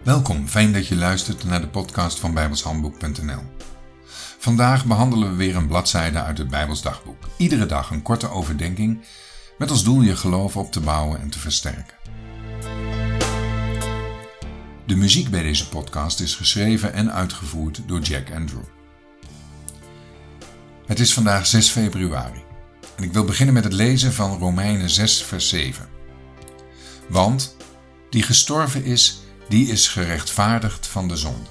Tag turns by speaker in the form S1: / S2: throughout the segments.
S1: Welkom, fijn dat je luistert naar de podcast van bijbelshandboek.nl. Vandaag behandelen we weer een bladzijde uit het Bijbels dagboek. Iedere dag een korte overdenking met als doel je geloof op te bouwen en te versterken. De muziek bij deze podcast is geschreven en uitgevoerd door Jack Andrew. Het is vandaag 6 februari en ik wil beginnen met het lezen van Romeinen 6 vers 7. Want die gestorven is, die is gerechtvaardigd van de zonde.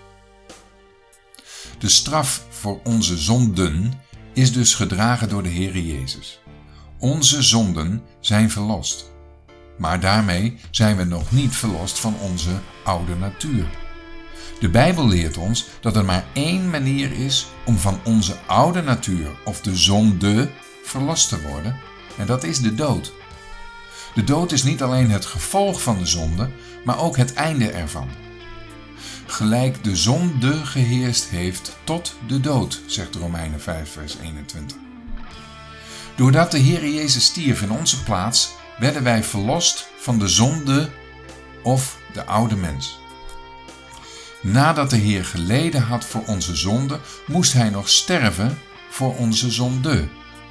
S1: De straf voor onze zonden is dus gedragen door de Heere Jezus. Onze zonden zijn verlost. Maar daarmee zijn we nog niet verlost van onze oude natuur. De Bijbel leert ons dat er maar één manier is om van onze oude natuur of de zonde verlost te worden, en dat is de dood. De dood is niet alleen het gevolg van de zonde, maar ook het einde ervan. Gelijk de zonde geheerst heeft tot de dood, zegt Romeinen 5 vers 21. Doordat de Heere Jezus stierf in onze plaats, werden wij verlost van de zonde of de oude mens. Nadat de Heer geleden had voor onze zonde, moest Hij nog sterven voor onze zonde.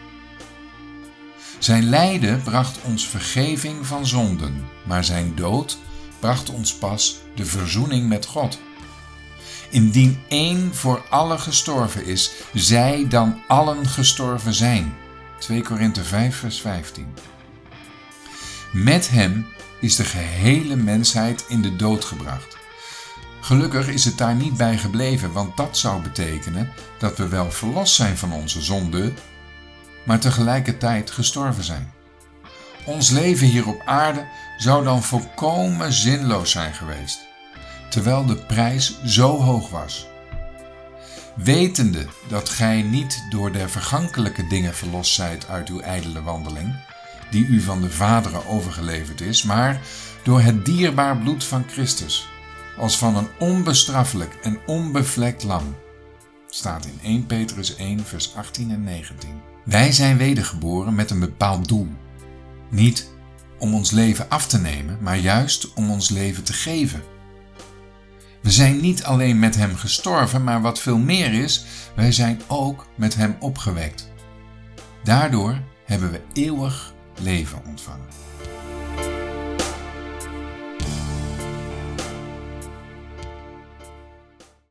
S1: Zijn lijden bracht ons vergeving van zonden, maar zijn dood bracht ons pas de verzoening met God. Indien één voor allen gestorven is, zij dan allen gestorven zijn. 2 Korinthe 5 vers 15. Met hem is de gehele mensheid in de dood gebracht. Gelukkig is het daar niet bij gebleven, want dat zou betekenen dat we wel verlost zijn van onze zonde, maar tegelijkertijd gestorven zijn. Ons leven hier op aarde zou dan volkomen zinloos zijn geweest, terwijl de prijs zo hoog was. Wetende dat gij niet door de vergankelijke dingen verlost zijt uit uw ijdele wandeling, die u van de vaderen overgeleverd is, maar door het dierbaar bloed van Christus, als van een onbestraffelijk en onbevlekt lam. Staat in 1 Petrus 1 vers 18 en 19. Wij zijn wedergeboren met een bepaald doel. Niet om ons leven af te nemen, maar juist om ons leven te geven. We zijn niet alleen met hem gestorven, maar wat veel meer is, wij zijn ook met hem opgewekt. Daardoor hebben we eeuwig leven ontvangen.